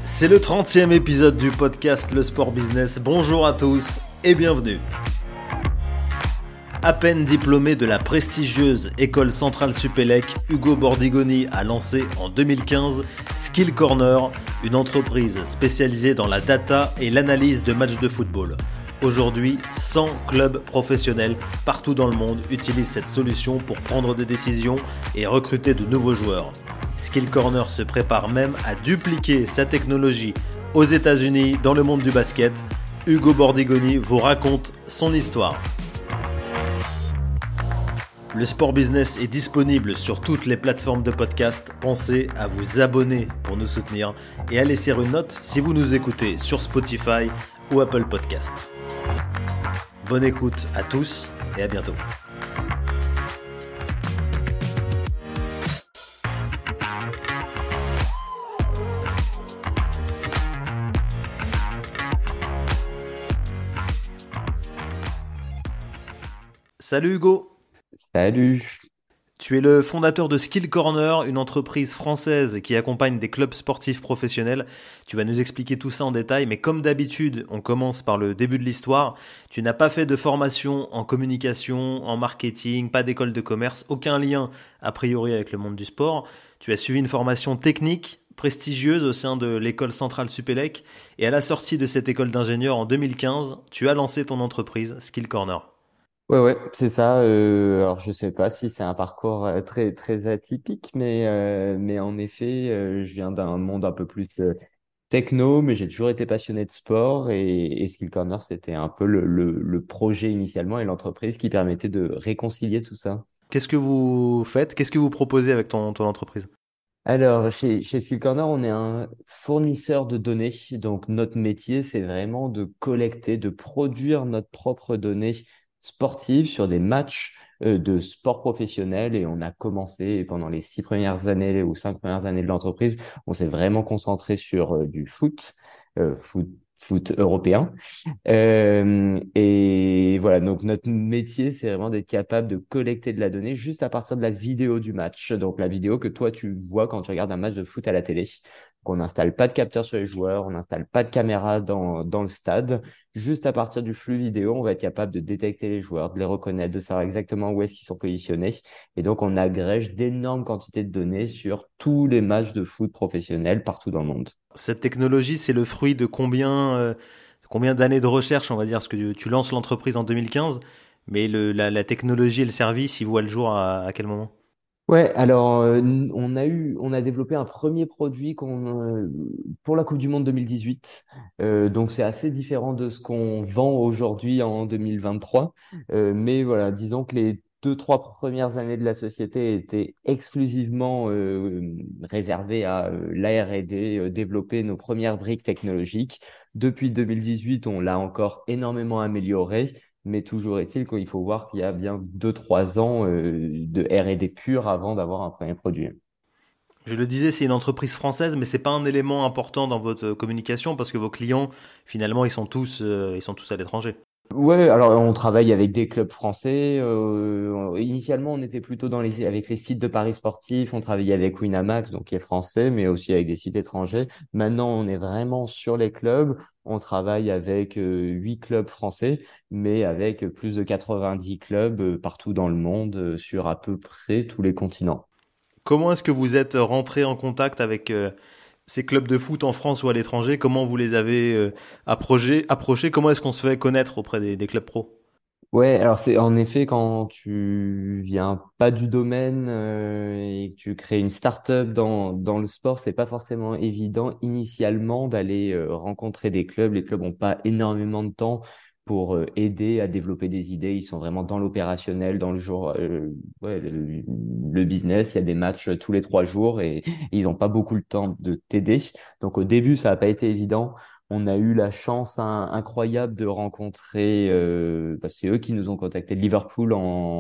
C'est le 30e épisode du podcast Le Sport Business. Bonjour à tous et bienvenue. À peine diplômé de la prestigieuse École Centrale Supélec, Ugo Bordigoni a lancé en 2015 Skill Corner, une entreprise spécialisée dans la data et l'analyse de matchs de football. Aujourd'hui, 100 clubs professionnels partout dans le monde utilisent cette solution pour prendre des décisions et recruter de nouveaux joueurs. Skill Corner se prépare même à dupliquer sa technologie aux États-Unis dans le monde du basket. Ugo Bordigoni vous raconte son histoire. Le Sport Business est disponible sur toutes les plateformes de podcast. Pensez à vous abonner pour nous soutenir et à laisser une note si vous nous écoutez sur Spotify ou Apple Podcast. Bonne écoute à tous et à bientôt. Salut Hugo. Salut. Tu es le fondateur de Skill Corner, une entreprise française qui accompagne des clubs sportifs professionnels. Tu vas nous expliquer tout ça en détail, mais comme d'habitude, on commence par le début de l'histoire. Tu n'as pas fait de formation en communication, en marketing, pas d'école de commerce, aucun lien a priori avec le monde du sport. Tu as suivi une formation technique prestigieuse au sein de l'école centrale Supélec et à la sortie de cette école d'ingénieur en 2015, tu as lancé ton entreprise Skill Corner. Ouais, c'est ça. Alors, je sais pas si c'est un parcours très très atypique, mais en effet, je viens d'un monde un peu plus techno, mais j'ai toujours été passionné de sport et Skill Corner, c'était un peu le projet initialement et l'entreprise qui permettait de réconcilier tout ça. Qu'est-ce que vous faites? Qu'est-ce que vous proposez avec ton entreprise? Alors, chez Skill Corner, on est un fournisseur de données. Donc, notre métier, c'est vraiment de collecter, de produire notre propre données sportives sur des matchs de sport professionnel. Et on a commencé pendant les 6 premières années ou 5 premières années de l'entreprise, on s'est vraiment concentré sur du foot européen. Et voilà, donc notre métier, c'est vraiment d'être capable de collecter de la donnée juste à partir de la vidéo du match. Donc la vidéo que toi, tu vois quand tu regardes un match de foot à la télé. Donc, on n'installe pas de capteur sur les joueurs, on n'installe pas de caméra dans le stade. Juste à partir du flux vidéo, on va être capable de détecter les joueurs, de les reconnaître, de savoir exactement où est-ce qu'ils sont positionnés. Et donc, on agrège d'énormes quantités de données sur tous les matchs de foot professionnels partout dans le monde. Cette technologie, c'est le fruit de combien d'années de recherche, on va dire, parce que tu lances l'entreprise en 2015, mais la technologie et le service, ils voient le jour à quel moment? Ouais, alors on a développé un premier produit pour la Coupe du Monde 2018. Donc c'est assez différent de ce qu'on vend aujourd'hui en 2023. Mais voilà, disons que les 2, 3 premières années de la société étaient exclusivement réservées à la R&D, développer nos premières briques technologiques. Depuis 2018, on l'a encore énormément amélioré. Mais toujours est-il qu'il faut voir qu'il y a bien 2, 3 ans de R&D pure avant d'avoir un premier produit. Je le disais, c'est une entreprise française, mais c'est pas un élément important dans votre communication parce que vos clients, finalement, ils sont tous à l'étranger. Ouais, alors on travaille avec des clubs français. Initialement, on était plutôt avec les sites de paris sportifs. On travaillait avec Winamax, donc qui est français, mais aussi avec des sites étrangers. Maintenant, on est vraiment sur les clubs. On travaille avec 8 clubs français, mais avec plus de 90 clubs partout dans le monde, sur à peu près tous les continents. Comment est-ce que vous êtes rentré en contact avec ces clubs de foot en France ou à l'étranger? Comment vous les avez approchés? Comment est-ce qu'on se fait connaître auprès des clubs pro? Ouais, alors c'est en effet quand tu viens pas du domaine et que tu crées une start-up dans le sport, c'est pas forcément évident initialement d'aller rencontrer des clubs. Les clubs ont pas énormément de temps pour aider à développer des idées. Ils sont vraiment dans l'opérationnel, dans le jour, ouais, le business. Il y a des matchs tous les 3 jours et ils ont pas beaucoup le temps de t'aider. Donc au début, ça a pas été évident. On a eu la chance incroyable de rencontrer, c'est eux qui nous ont contacté de Liverpool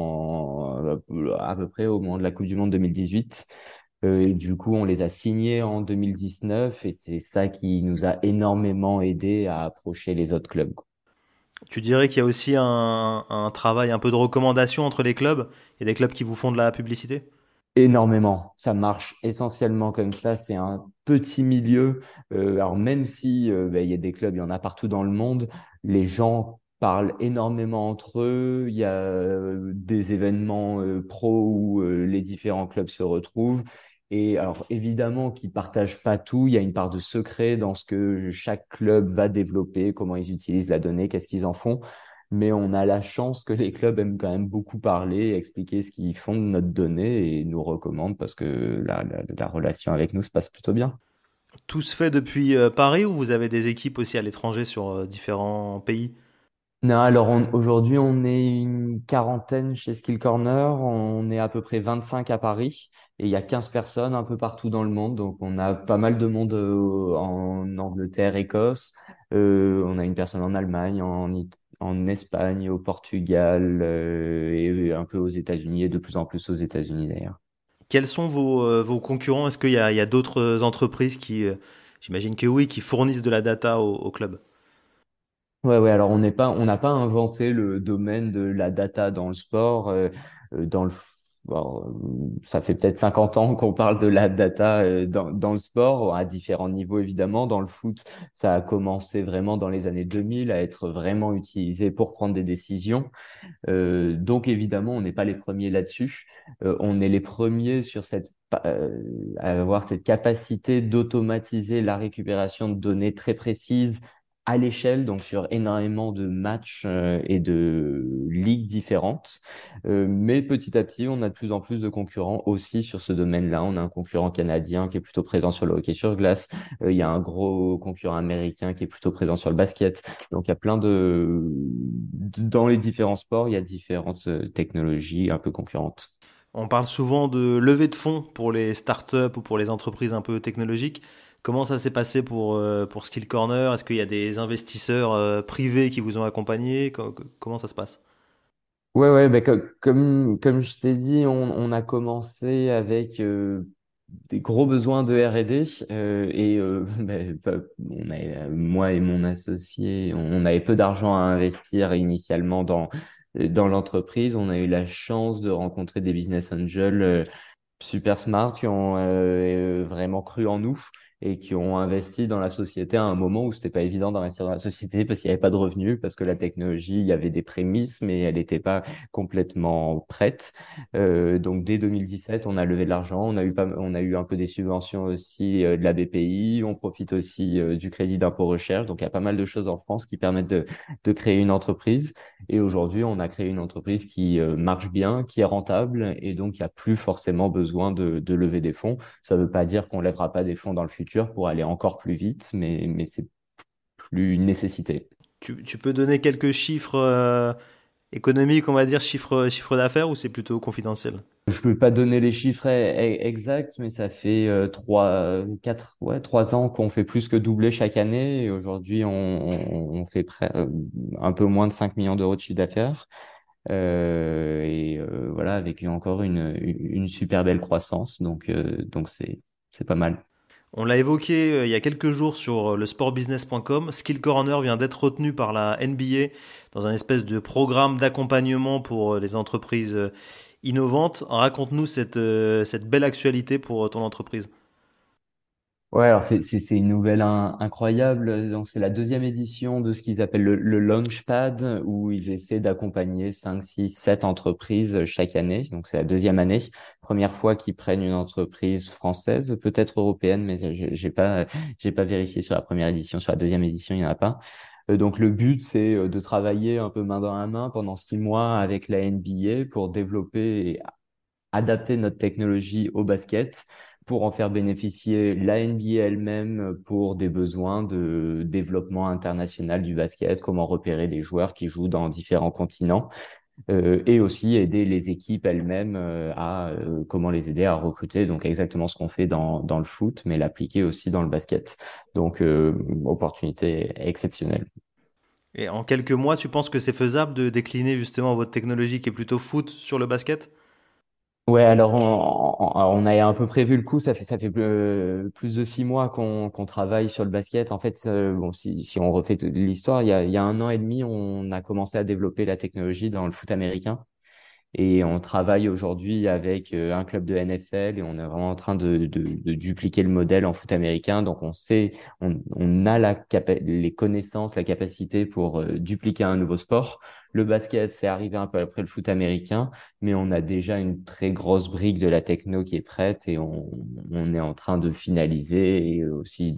à peu près au moment de la Coupe du Monde 2018. Et du coup, on les a signés en 2019 et c'est ça qui nous a énormément aidé à approcher les autres clubs. Tu dirais qu'il y a aussi un travail un peu de recommandation entre les clubs? Il y a des clubs qui vous font de la publicité? Énormément. Ça marche essentiellement comme ça. C'est un petit milieu. Alors même si il y a des clubs, il y en a partout dans le monde, les gens parlent énormément entre eux. Il y a des événements pro où les différents clubs se retrouvent. Et alors évidemment qu'ils partagent pas tout. Il y a une part de secret dans ce que chaque club va développer, comment ils utilisent la donnée, qu'est-ce qu'ils en font. Mais on a la chance que les clubs aiment quand même beaucoup parler, expliquer ce qu'ils font de notre donnée et nous recommandent parce que la relation avec nous se passe plutôt bien. Tout se fait depuis Paris ou vous avez des équipes aussi à l'étranger sur différents pays? Non, alors aujourd'hui, on est une quarantaine chez Skill Corner, on est à peu près 25 à Paris et il y a 15 personnes un peu partout dans le monde. Donc on a pas mal de monde en Angleterre, Écosse, on a une personne en Allemagne, en Espagne, au Portugal et un peu aux États-Unis et de plus en plus aux États-Unis d'ailleurs. Quels sont vos concurrents? Est-ce qu'il y a d'autres entreprises qui, j'imagine que oui, qui fournissent de la data au club? Ouais, ouais, alors on n'a pas inventé le domaine de la data dans le sport. Dans bon, ça fait peut-être 50 ans qu'on parle de la data dans le sport, à différents niveaux évidemment. Dans le foot, ça a commencé vraiment dans les années 2000 à être vraiment utilisé pour prendre des décisions. Donc évidemment, on n'est pas les premiers là-dessus. On est les premiers sur à avoir cette capacité d'automatiser la récupération de données très précises à l'échelle, donc sur énormément de matchs et de ligues différentes. Mais petit à petit, on a de plus en plus de concurrents aussi sur ce domaine-là. On a un concurrent canadien qui est plutôt présent sur le hockey sur glace. Il y a un gros concurrent américain qui est plutôt présent sur le basket. Donc, il y a dans les différents sports, il y a différentes technologies un peu concurrentes. On parle souvent de levée de fonds pour les startups ou pour les entreprises un peu technologiques. Comment ça s'est passé pour Skill Corner? Est-ce qu'il y a des investisseurs privés qui vous ont accompagné? Comment ça se passe? Ouais, ouais, comme je t'ai dit, on a commencé avec des gros besoins de R&D moi et mon associé, on avait peu d'argent à investir initialement dans l'entreprise. On a eu la chance de rencontrer des business angels super smart qui ont vraiment cru en nous et qui ont investi dans la société à un moment où c'était pas évident d'investir dans la société parce qu'il n'y avait pas de revenus, parce que la technologie, il y avait des prémices, mais elle n'était pas complètement prête. Donc dès 2017, on a levé de l'argent, on a eu un peu des subventions aussi de la BPI, on profite aussi du crédit d'impôt recherche. Donc il y a pas mal de choses en France qui permettent de créer une entreprise. Et aujourd'hui, on a créé une entreprise qui marche bien, qui est rentable, et donc il n'y a plus forcément besoin de lever des fonds. Ça ne veut pas dire qu'on ne lèvera pas des fonds dans le futur pour aller encore plus vite, mais c'est plus une nécessité. Tu peux donner quelques chiffres économiques, on va dire, chiffre d'affaires ou c'est plutôt confidentiel? Je peux pas donner les chiffres exacts, mais ça fait 3 ans qu'on fait plus que doubler chaque année. Et aujourd'hui, on fait un peu moins de 5 millions d'euros de chiffre d'affaires. Voilà, avec encore une super belle croissance. Donc c'est pas mal. On l'a évoqué il y a quelques jours sur le sportbusiness.com. Skill Corner vient d'être retenu par la NBA dans un espèce de programme d'accompagnement pour les entreprises innovantes. Raconte-nous cette belle actualité pour ton entreprise. Ouais, alors c'est une nouvelle incroyable. Donc c'est la deuxième édition de ce qu'ils appellent le Launchpad, où ils essaient d'accompagner 5, 6, 7 entreprises chaque année. Donc c'est la deuxième année. Première fois qu'ils prennent une entreprise française, peut-être européenne, mais j'ai pas vérifié sur la première édition. Sur la deuxième édition, il n'y en a pas. Donc le but, c'est de travailler un peu main dans la main pendant 6 mois avec la NBA pour développer et adapter notre technologie au basket pour en faire bénéficier la NBA elle-même pour des besoins de développement international du basket, comment repérer des joueurs qui jouent dans différents continents, et aussi aider les équipes elles-mêmes à comment les aider à recruter. Donc exactement ce qu'on fait dans le foot, mais l'appliquer aussi dans le basket. Donc opportunité exceptionnelle. Et en quelques mois, tu penses que c'est faisable de décliner justement votre technologie qui est plutôt foot sur le basket? Ouais, alors on a un peu prévu le coup. Ça fait plus de 6 mois qu'on travaille sur le basket. En fait, bon, si on refait l'histoire, il y a 1 an et demi, on a commencé à développer la technologie dans le foot américain. Et on travaille aujourd'hui avec un club de NFL et on est vraiment en train de dupliquer le modèle en foot américain. Donc on sait, on a les connaissances, la capacité pour dupliquer un nouveau sport. Le basket, c'est arrivé un peu après le foot américain, mais on a déjà une très grosse brique de la techno qui est prête et on est en train de finaliser et aussi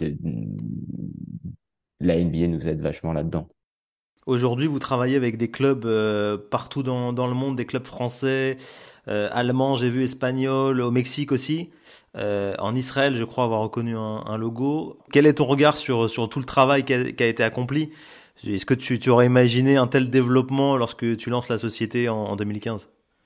la NBA nous aide vachement là-dedans. Aujourd'hui, vous travaillez avec des clubs partout dans le monde, des clubs français, allemands, j'ai vu, espagnols, au Mexique aussi. En Israël, je crois avoir reconnu un logo. Quel est ton regard sur tout le travail qui a été accompli? Est-ce que tu aurais imaginé un tel développement lorsque tu lances la société en 2015?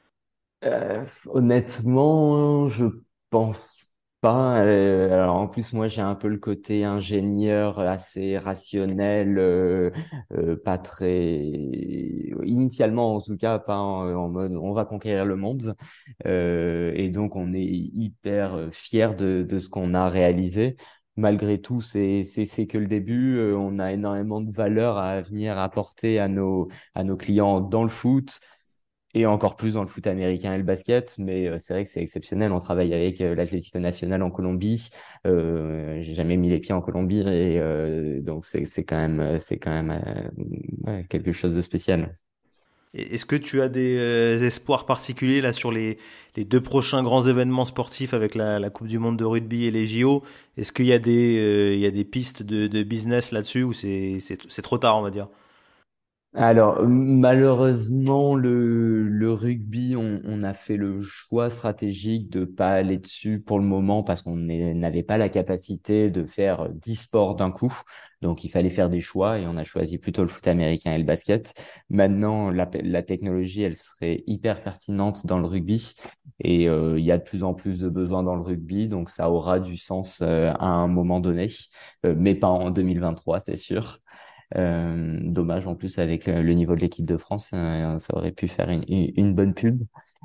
Honnêtement, je pense pas. Alors en plus, moi, j'ai un peu le côté ingénieur assez rationnel, pas très. Initialement, en tout cas, pas en mode on va conquérir le monde. Et donc, on est hyper fier de ce qu'on a réalisé. Malgré tout, c'est que le début. On a énormément de valeur à venir apporter à nos clients dans le foot et encore plus dans le foot américain et le basket, mais c'est vrai que c'est exceptionnel. On travaille avec l'Atlético Nacional en Colombie. J'ai jamais mis les pieds en Colombie et donc c'est quand même ouais, quelque chose de spécial. Est-ce que tu as des espoirs particuliers là sur les deux prochains grands événements sportifs avec la Coupe du Monde de rugby et les JO? Est-ce qu'il y a il y a des pistes de business là-dessus ou c'est trop tard, on va dire? Alors, malheureusement, le rugby, on a fait le choix stratégique de pas aller dessus pour le moment parce n'avait pas la capacité de faire 10 sports d'un coup. Donc, il fallait faire des choix et on a choisi plutôt le foot américain et le basket. Maintenant, la technologie, elle serait hyper pertinente dans le rugby et il y a de plus en plus de besoins dans le rugby. Donc, ça aura du sens à un moment donné, mais pas en 2023, c'est sûr. Dommage en plus avec le niveau de l'équipe de France, ça aurait pu faire une bonne pub.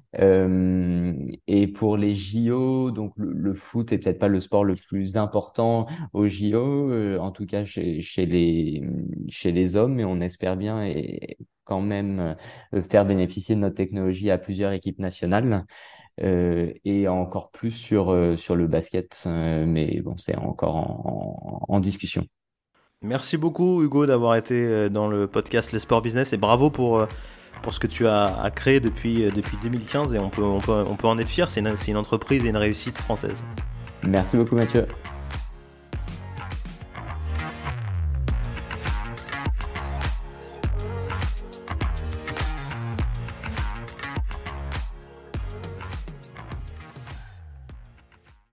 Et pour les JO, donc le foot est peut-être pas le sport le plus important aux JO, en tout cas chez les hommes, mais on espère bien et quand même faire bénéficier de notre technologie à plusieurs équipes nationales. Et encore plus sur le basket, mais bon, c'est encore en discussion. Merci beaucoup Hugo d'avoir été dans le podcast Le Sport Business et bravo pour ce que tu as créé depuis 2015 et on peut en être fier, c'est une entreprise et une réussite française. Merci beaucoup, Mathieu.